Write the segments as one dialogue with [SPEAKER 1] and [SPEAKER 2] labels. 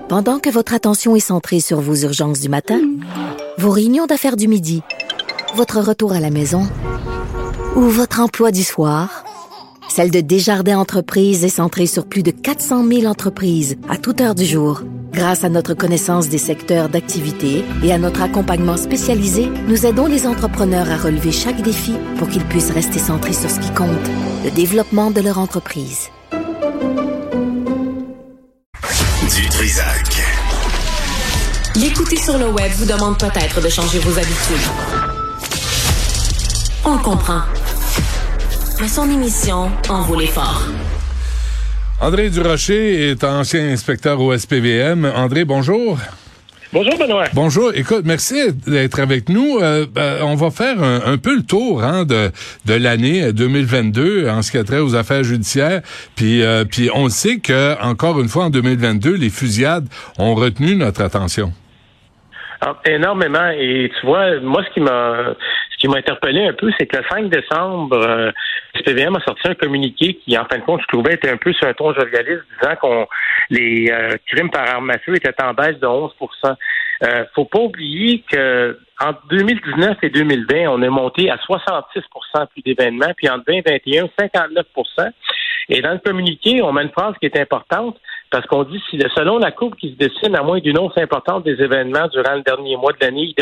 [SPEAKER 1] Pendant que votre attention est centrée sur vos urgences du matin, vos réunions d'affaires du midi, votre retour à la maison ou votre emploi du soir, celle de Desjardins Entreprises est centrée sur plus de 400 000 entreprises à toute heure du jour. Grâce à notre connaissance des secteurs d'activité et à notre accompagnement spécialisé, nous aidons les entrepreneurs à relever chaque défi pour qu'ils puissent rester centrés sur ce qui compte, le développement de leur entreprise.
[SPEAKER 2] Du Trizac.
[SPEAKER 3] L'écouter sur le web vous demande peut-être de changer vos habitudes. On le comprend. Mais son émission en vaut l'effort.
[SPEAKER 4] André Durocher est ancien inspecteur au SPVM. André, bonjour.
[SPEAKER 5] Bonjour, Benoît.
[SPEAKER 4] Bonjour. Écoute, merci d'être avec nous. On va faire un peu le tour de l'année 2022 en ce qui a trait aux affaires judiciaires. Puis on sait que, encore une fois, en 2022, les fusillades ont retenu notre attention.
[SPEAKER 5] Énormément. Et tu vois, moi, ce qui m'a interpellé un peu, c'est que le 5 décembre, le SPVM a sorti un communiqué qui, en fin de compte, je trouvais était un peu sur un ton jovialiste, disant les crimes par arme à feu étaient en baisse de 11 faut pas oublier que entre 2019 et 2020, on est monté à 66 plus d'événements, puis entre 2021, 59 Et dans le communiqué, on met une phrase qui est importante, parce qu'on dit, selon la courbe qui se dessine à moins d'une hausse importante des événements durant le dernier mois de l'année,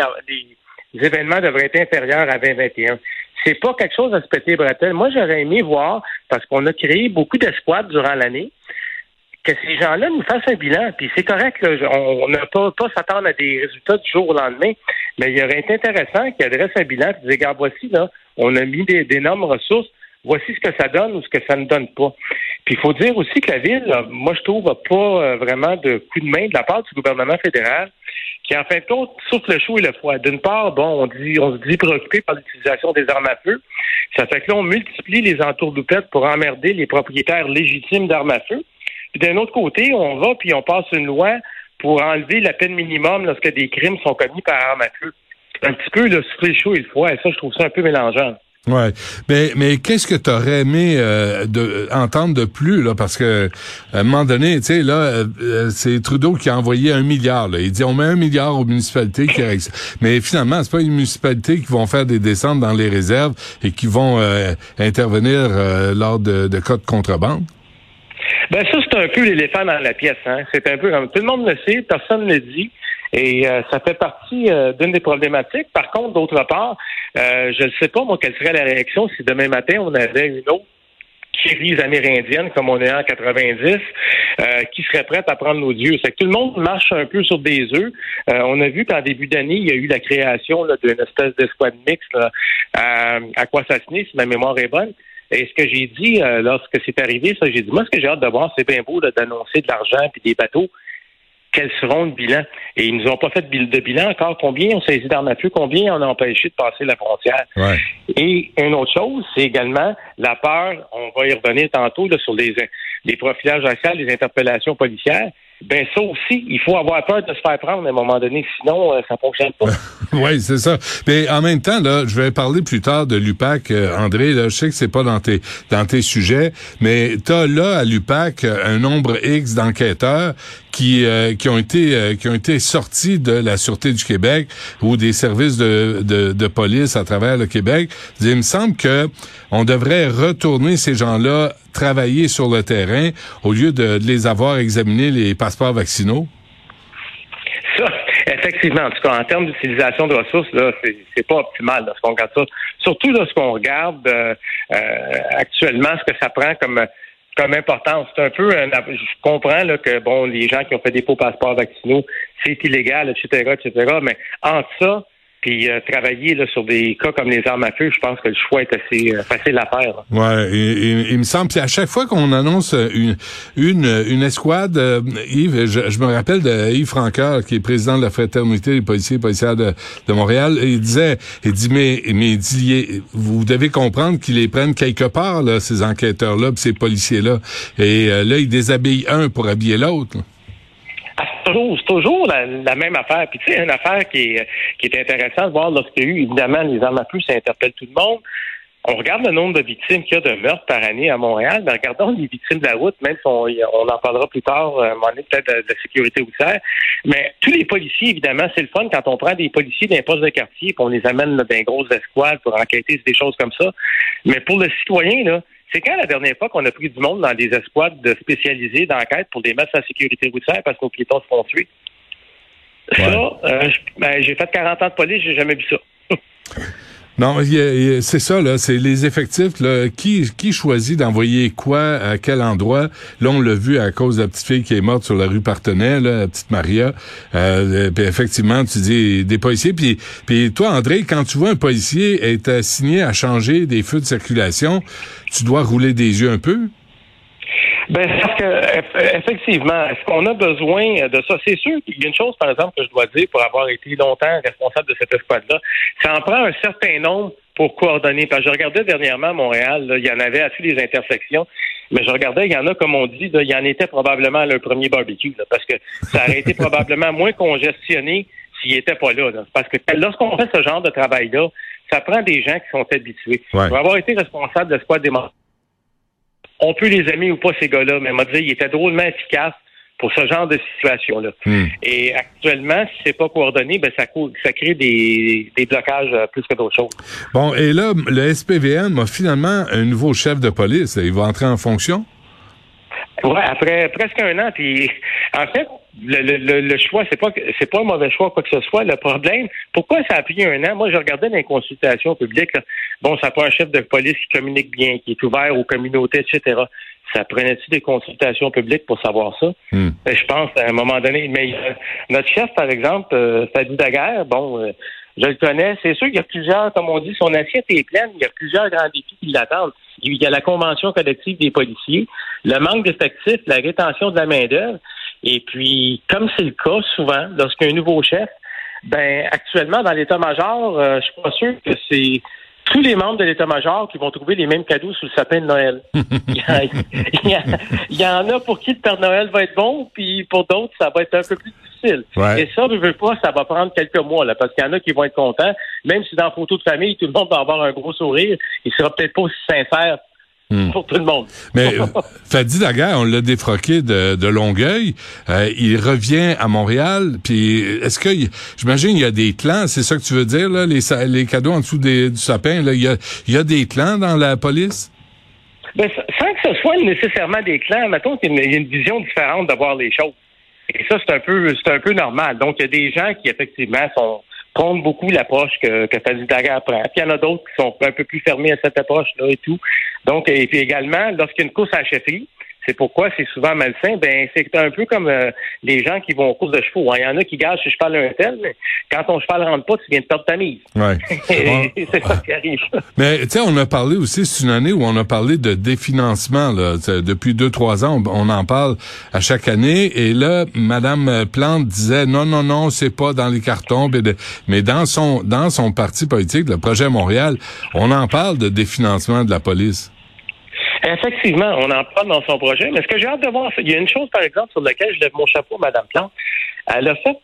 [SPEAKER 5] les événements devraient être inférieurs à 2021. C'est pas quelque chose à se péter bretelles. Moi, j'aurais aimé voir, parce qu'on a créé beaucoup d'escouades durant l'année, que ces gens-là nous fassent un bilan. Puis c'est correct, là, on n'a pas s'attendre à des résultats du jour au lendemain, mais il aurait été intéressant qu'ils adressent un bilan et disent, regarde, voici, là, on a mis d'énormes ressources, voici ce que ça donne ou ce que ça ne donne pas. Puis il faut dire aussi que la Ville, là, moi je trouve, n'a pas vraiment de coup de main de la part du gouvernement fédéral, qui en fin de compte souffle le chaud et le froid. D'une part, on se dit préoccupé par l'utilisation des armes à feu. Ça fait que là, on multiplie les entourloupettes pour emmerder les propriétaires légitimes d'armes à feu. Puis d'un autre côté, on va puis on passe une loi pour enlever la peine minimum lorsque des crimes sont commis par arme à feu. C'est un petit peu le souffle chaud et le froid, et ça, je trouve ça un peu mélangeant.
[SPEAKER 4] Ouais, mais qu'est-ce que tu aurais aimé entendre de plus là, parce que à un moment donné, tu sais là, c'est Trudeau qui a envoyé 1 milliard. Là. Il dit on met 1 milliard aux municipalités qui règlent ça. Mais finalement, c'est pas les municipalités qui vont faire des descentes dans les réserves et qui vont intervenir lors de cas de contrebande.
[SPEAKER 5] Ben ça, c'est un peu l'éléphant dans la pièce. Hein. C'est un peu comme tout le monde le sait, personne ne le dit. Et ça fait partie d'une des problématiques. Par contre, d'autre part, je ne sais pas, moi, quelle serait la réaction si demain matin, on avait une autre crise amérindienne, comme on est en 90, qui serait prête à prendre nos dieux. C'est que tout le monde marche un peu sur des œufs. On a vu qu'en début d'année, il y a eu la création là, d'une espèce d'escouade mixte là, à Kwasasni, si ma mémoire est bonne. Et ce que j'ai dit lorsque c'est arrivé, ça, j'ai dit, moi, ce que j'ai hâte de voir, c'est bien beau là, d'annoncer de l'argent puis des bateaux. Quels seront le bilan? Et ils nous ont pas fait de bilan encore. Combien ont saisi d'armes à feu? Combien on a empêché de passer la frontière? Ouais. Et une autre chose, c'est également la peur, on va y revenir tantôt là, sur les profilages raciaux, les interpellations policières. Ben ça aussi, il faut avoir peur de se faire prendre à un moment donné, sinon ça fonctionne pas.
[SPEAKER 4] Oui, c'est ça. Mais en même temps, là, je vais parler plus tard de l'UPAC, André. Là, je sais que c'est pas dans tes sujets, mais t'as là à l'UPAC un nombre X d'enquêteurs qui ont été sortis de la Sûreté du Québec ou des services de police à travers le Québec. Il me semble que on devrait retourner ces gens-là travailler sur le terrain au lieu de les avoir examinés les passeports vaccinaux.
[SPEAKER 5] Ça, effectivement, en tout cas, en termes d'utilisation de ressources, là, c'est pas optimal, là, ce qu'on regarde ça. Surtout lorsqu'on regarde actuellement ce que ça prend comme importance. C'est un peu, je comprends là, que bon, les gens qui ont fait des faux passeports vaccinaux, c'est illégal, etc., mais entre ça, puis travailler là, sur des cas comme les armes à feu, je pense que le choix est assez facile à faire.
[SPEAKER 4] Ouais, il me semble. Puis à chaque fois qu'on annonce une escouade, Yves, je me rappelle de Yves Francoeur, qui est président de la Fraternité des policiers et policières de Montréal. Il dit mais vous devez comprendre qu'ils les prennent quelque part là, ces enquêteurs-là, puis ces policiers-là. Et là, ils déshabillent un pour habiller l'autre.
[SPEAKER 5] C'est toujours la même affaire. Puis tu sais, une affaire qui est intéressante de voir lorsqu'il y a eu, évidemment, les armes à feu, ça interpelle tout le monde. on regarde le nombre de victimes qu'il y a de meurtres par année à Montréal, mais regardons les victimes de la route, même si on en parlera plus tard, à un moment donné, peut-être de la sécurité routière. Mais tous les policiers, évidemment, c'est le fun quand on prend des policiers d'un poste de quartier et on les amène là, dans des grosses escouades pour enquêter sur des choses comme ça. Mais pour le citoyen, là, c'est quand la dernière fois qu'on a pris du monde dans des escouades spécialisées d'enquête pour les mettre sur la sécurité routière parce que nos piétons se font tuer? Ouais. Ça, j'ai fait 40 ans de police, j'ai jamais vu ça.
[SPEAKER 4] Non, c'est ça, là, c'est les effectifs, là, qui choisit d'envoyer quoi, à quel endroit. Là, on l'a vu à cause de la petite fille qui est morte sur la rue Partenay, là, la petite Maria. Puis effectivement, tu dis des policiers. Puis toi, André, quand tu vois un policier être assigné à changer des feux de circulation, tu dois rouler des yeux un peu?
[SPEAKER 5] Parce que effectivement, est-ce qu'on a besoin de ça? C'est sûr qu'il y a une chose, par exemple, que je dois dire pour avoir été longtemps responsable de cette escouade-là. Ça en prend un certain nombre pour coordonner. Parce que je regardais dernièrement à Montréal, là, il y en avait à toutes les intersections, mais je regardais, il y en a, comme on dit, là, il y en était probablement à leur premier barbecue, là, parce que ça aurait été probablement moins congestionné s'il n'était pas là. Parce que lorsqu'on fait ce genre de travail-là, ça prend des gens qui sont habitués.
[SPEAKER 4] Ouais.
[SPEAKER 5] Pour avoir été responsable de l'escouade des morts, on peut les aimer ou pas, ces gars-là, mais on m'a dit il était drôlement efficace pour ce genre de situation-là. Et actuellement, si c'est pas coordonné, ça crée des blocages plus que d'autres choses.
[SPEAKER 4] Bon, et là, le SPVM a finalement un nouveau chef de police. Il va entrer en fonction?
[SPEAKER 5] Ouais, après presque un an. Puis, en fait, le choix, c'est pas un mauvais choix, quoi que ce soit. Le problème, pourquoi ça a pris un an? Moi, je regardais dans les consultations publiques. Là, bon, ça prend un chef de police qui communique bien, qui est ouvert aux communautés, etc. Ça prenait-tu des consultations publiques pour savoir ça? Je pense, à un moment donné, mais notre chef, par exemple, Fadi Daguerre, je le connais. C'est sûr qu'il y a plusieurs, comme on dit, son assiette est pleine. Il y a plusieurs grands défis qui l'attendent. Il y a la convention collective des policiers, le manque d'effectifs, la rétention de la main-d'œuvre. Et puis, comme c'est le cas souvent, lorsqu'il y a un nouveau chef, actuellement, dans l'état-major, je suis pas sûr que c'est tous les membres de l'état-major qui vont trouver les mêmes cadeaux sous le sapin de Noël. Il y en a pour qui le Père Noël va être bon, puis pour d'autres, ça va être un peu plus difficile.
[SPEAKER 4] Ouais.
[SPEAKER 5] Et ça, je veux pas, ça va prendre quelques mois, là, parce qu'il y en a qui vont être contents. Même si dans la photo de famille, tout le monde va avoir un gros sourire, il sera peut-être pas aussi sincère pour tout le monde.
[SPEAKER 4] Mais Fadi Daguerre, on l'a défroqué de Longueuil. Il revient à Montréal. Puis est-ce que j'imagine il y a des clans, c'est ça que tu veux dire là, les cadeaux en dessous du sapin là, il y a des clans dans la police?
[SPEAKER 5] Sans que ce soit nécessairement des clans, mettons qu'il y a une vision différente de voir les choses. Et ça, c'est un peu normal. Donc il y a des gens qui effectivement prônent beaucoup l'approche que Fadi Daguerre prend. Puis il y en a d'autres qui sont un peu plus fermés à cette approche-là et tout. Donc, et puis également, lorsqu'il y a une course à la chefferie, c'est pourquoi c'est souvent malsain, c'est un peu comme les gens qui vont aux courses de chevaux. Il y en a qui gagent sur le cheval un tel, mais quand ton cheval rentre pas, tu viens de perdre ta mise.
[SPEAKER 4] Ouais.
[SPEAKER 5] C'est ça qui arrive.
[SPEAKER 4] Mais tu sais, on a parlé aussi, c'est une année où on a parlé de définancement. Là. Depuis 2-3 ans, on en parle à chaque année. Et là, Madame Plante disait non, c'est pas dans les cartons. Mais dans son parti politique, le Projet Montréal, on en parle de définancement de la police.
[SPEAKER 5] Effectivement, on en parle dans son projet, mais ce que j'ai hâte de voir, il y a une chose, par exemple, sur laquelle je lève mon chapeau, Mme Plante. Elle a fait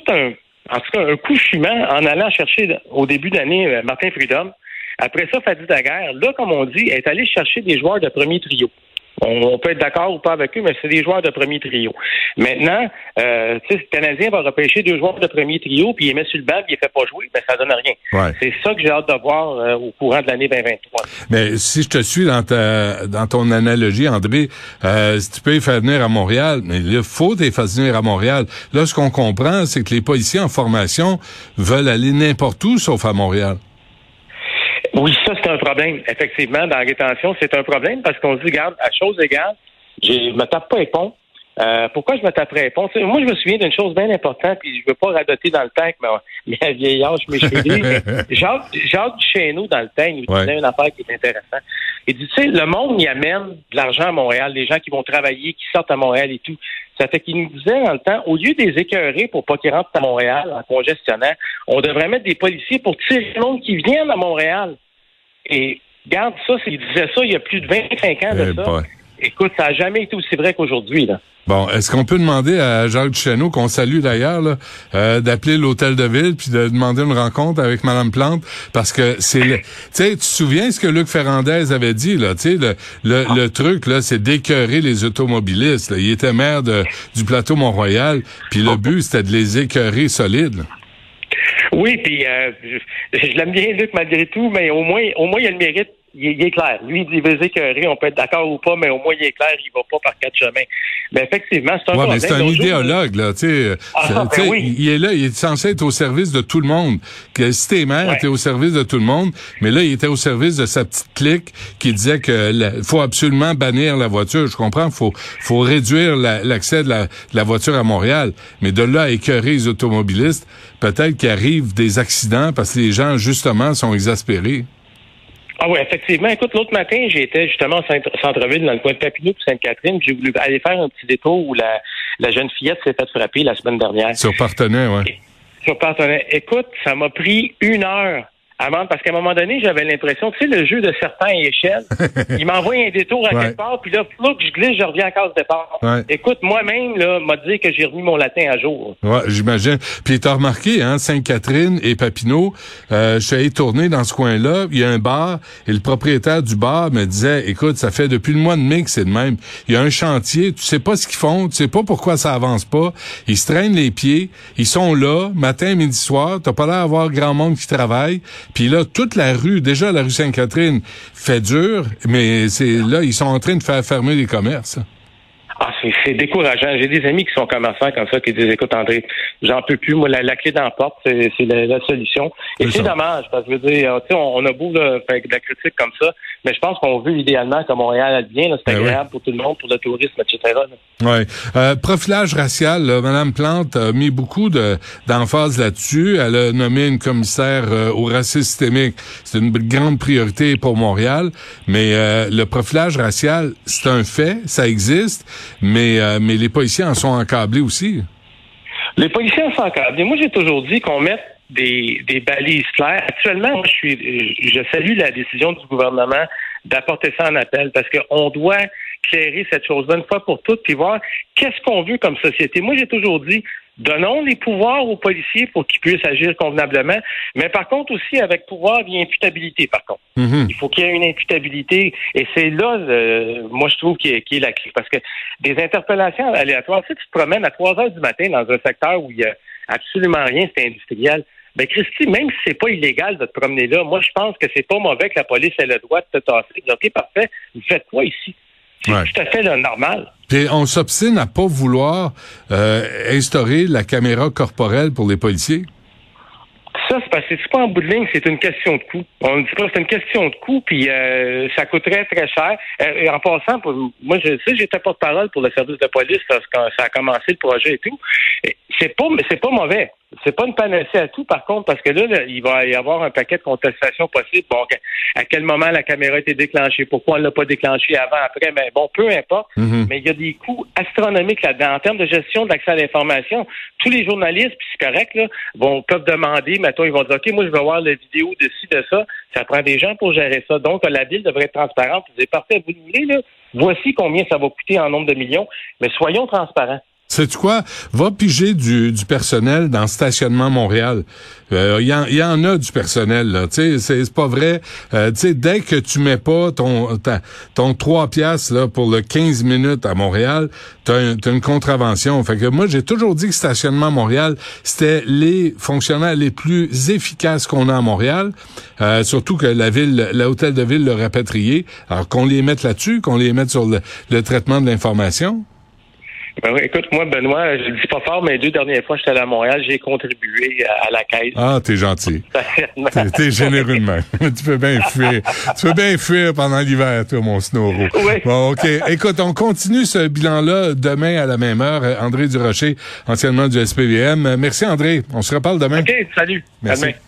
[SPEAKER 5] un coup fumant en allant chercher, au début d'année, Martin Prudhomme. Après ça, Fadi Daguerre. Là, comme on dit, elle est allée chercher des joueurs de premier trio. On peut être d'accord ou pas avec eux, mais c'est des joueurs de premier trio. Maintenant, le Canadien va repêcher 2 joueurs de premier trio, puis il les met sur le banc, puis il les fait pas jouer, mais ça donne rien. Ouais. C'est ça que j'ai hâte de voir au courant de l'année 2023.
[SPEAKER 4] Mais si je te suis dans ton analogie, André, si tu peux les faire venir à Montréal, mais il faut les faire venir à Montréal. Là, ce qu'on comprend, c'est que les policiers en formation veulent aller n'importe où, sauf à Montréal.
[SPEAKER 5] Oui, ça, c'est un problème. Effectivement, dans la rétention, c'est un problème parce qu'on se dit, regarde, à chose égale, je me tape pas les ponts. Pourquoi je me taperais les ponts? Moi, je me souviens d'une chose bien importante, puis je veux pas radoter dans le temps que ma vieille âge, mes chéris. Jacques Duchesneau, dans le temps, il nous disait une affaire qui est intéressante. Il dit, tu sais, le monde y amène de l'argent à Montréal, les gens qui vont travailler, qui sortent à Montréal et tout. Ça fait qu'il nous disait dans le temps, au lieu des écœurer pour pas qu'ils rentrent à Montréal en congestionnant, on devrait mettre des policiers pour tirer le monde qui viennent à Montréal. Et regarde ça, il disait ça il y a plus de 25 ans de ça. Écoute, ça n'a jamais été aussi vrai qu'aujourd'hui, là.
[SPEAKER 4] Bon, est-ce qu'on peut demander à Jacques Duchesneau, qu'on salue d'ailleurs, là, d'appeler l'hôtel de ville puis de demander une rencontre avec Mme Plante, parce que c'est tu sais, tu te souviens ce que Luc Ferrandez avait dit, là, tu sais, le truc, là, c'est d'écœurer les automobilistes, là. Il était maire du plateau Mont-Royal, puis le but, c'était de les écœurer solides, là.
[SPEAKER 5] Oui, puis je l'aime bien, Luc, malgré tout, mais au moins, il a le mérite. Il est clair. Lui, il dit les écœurer, on peut être d'accord ou pas, mais au moins, il est clair, il va pas par quatre chemins. Mais effectivement, c'est un
[SPEAKER 4] mais c'est un idéologue, là, tu sais.
[SPEAKER 5] Oui.
[SPEAKER 4] Il est là, il est censé être au service de tout le monde. Que si t'es maire, t'es au service de tout le monde, mais là, il était au service de sa petite clique qui disait que faut absolument bannir la voiture. Je comprends, faut réduire l'accès de la voiture à Montréal, mais de là à écœurer les automobilistes, peut-être qu'il arrive des accidents parce que les gens, justement, sont exaspérés.
[SPEAKER 5] Ah oui, effectivement. Écoute, l'autre matin, j'étais justement au centre-ville, dans le coin de Papineau et Sainte-Catherine, puis j'ai voulu aller faire un petit détour où la jeune fillette s'est fait frapper la semaine dernière.
[SPEAKER 4] Sur Partenay, oui.
[SPEAKER 5] Sur Partenay. Écoute, ça m'a pris 1 heure avant, parce qu'à un moment donné, j'avais l'impression, tu sais, le jeu de serpent et échelle, il m'envoie un détour à quelque part, puis là, je glisse, je reviens à case départ. Ouais. Écoute, moi-même, là, m'a dit que j'ai remis mon latin à jour.
[SPEAKER 4] Ouais, j'imagine. Puis t'as remarqué, hein, Sainte-Catherine et Papineau, je suis allé tourner dans ce coin-là, il y a un bar, et le propriétaire du bar me disait, écoute, ça fait depuis le mois de mai que c'est de même. Il y a un chantier, tu sais pas ce qu'ils font, tu sais pas pourquoi ça avance pas, ils se traînent les pieds, ils sont là, matin, midi, soir, t'as pas l'air d'avoir grand monde qui travaille. Puis là, toute la rue, déjà la rue Sainte-Catherine, fait dur, mais c'est là, ils sont en train de faire fermer les commerces.
[SPEAKER 5] Ah, c'est décourageant. J'ai des amis qui sont commerçants comme ça, qui disent, écoute, André, j'en peux plus. Moi, la clé dans la porte, c'est la solution. Et c'est dommage, parce que je veux dire, tu sais, on a beau faire de la critique comme ça, mais je pense qu'on veut idéalement que Montréal aille bien. C'est agréable pour tout le monde, pour le tourisme, etc.
[SPEAKER 4] Oui. Profilage racial, là, Mme Plante a mis beaucoup d'emphase là-dessus. Elle a nommé une commissaire au racisme systémique. C'est une grande priorité pour Montréal. Mais le profilage racial, c'est un fait, ça existe. Mais les policiers en sont encablés aussi.
[SPEAKER 5] Les policiers en sont encablés. Moi, j'ai toujours dit qu'on mette des balises claires. Actuellement, moi, je salue la décision du gouvernement d'apporter ça en appel parce qu'on doit clairer cette chose-là une fois pour toutes puis voir qu'est-ce qu'on veut comme société. Moi, j'ai toujours dit, donnons les pouvoirs aux policiers pour qu'ils puissent agir convenablement, mais par contre aussi, avec pouvoir, il y a imputabilité, par contre. Mm-hmm. Il faut qu'il y ait une imputabilité, et c'est là, moi, je trouve qu'il est la clé, parce que des interpellations aléatoires, si tu te promènes à 3 heures du matin dans un secteur où il y a absolument rien, c'est industriel, ben Christy, même si c'est pas illégal de te promener là, moi, je pense que c'est pas mauvais que la police ait le droit de te tasser. OK, parfait, vous faites quoi ici? C'est tout à fait normal.
[SPEAKER 4] Puis on s'obstine à pas vouloir instaurer la caméra corporelle pour les policiers.
[SPEAKER 5] Ça, c'est parce que c'est pas en bout de ligne, c'est une question de coût. On ne dit pas que c'est une question de coût, puis ça coûterait très cher. Et en passant, moi, je sais, j'étais porte-parole pour le service de police quand ça a commencé le projet et tout. C'est pas mauvais. C'est pas une panacée à tout, par contre, parce que là, il va y avoir un paquet de contestations possibles. Bon, à quel moment la caméra a été déclenchée? Pourquoi on l'a pas déclenchée avant, après? Mais bon, peu importe. Mm-hmm. Mais il y a des coûts astronomiques là-dedans. En termes de gestion de l'accès à l'information, tous les journalistes, puis c'est correct, là, peuvent demander, mettons, ils vont dire, OK, moi, je vais voir la vidéo de ci, de ça. Ça prend des gens pour gérer ça. Donc, la ville devrait être transparente. Vous dites, parfait, vous voulez, là, voici combien ça va coûter en nombre de millions. Mais soyons transparents.
[SPEAKER 4] Sais-tu quoi? Va piger du personnel dans Stationnement Montréal. Il y en a du personnel, là. Tu sais, c'est pas vrai. Tu sais, dès que tu mets pas ton 3 piastres, là, pour le 15 minutes à Montréal, t'as une contravention. Fait que moi, j'ai toujours dit que Stationnement Montréal, c'était les fonctionnaires les plus efficaces qu'on a à Montréal. Surtout que l'hôtel de ville l'a rapatrié. Alors qu'on les mette là-dessus, qu'on les mette sur le traitement de l'information.
[SPEAKER 5] Ben oui, écoute, moi, Benoît, je le dis pas fort, mais 2 dernières fois, j'étais allé à Montréal, j'ai contribué à la caisse.
[SPEAKER 4] Ah, t'es gentil. T'es généreux de même. Tu peux bien fuir. Tu peux bien fuir pendant l'hiver, toi, mon Snoro.
[SPEAKER 5] Oui.
[SPEAKER 4] Bon, OK. Écoute, on continue ce bilan-là demain à la même heure. André Durocher, anciennement du SPVM. Merci, André. On se reparle demain.
[SPEAKER 5] OK, salut.
[SPEAKER 4] Merci.
[SPEAKER 5] À demain.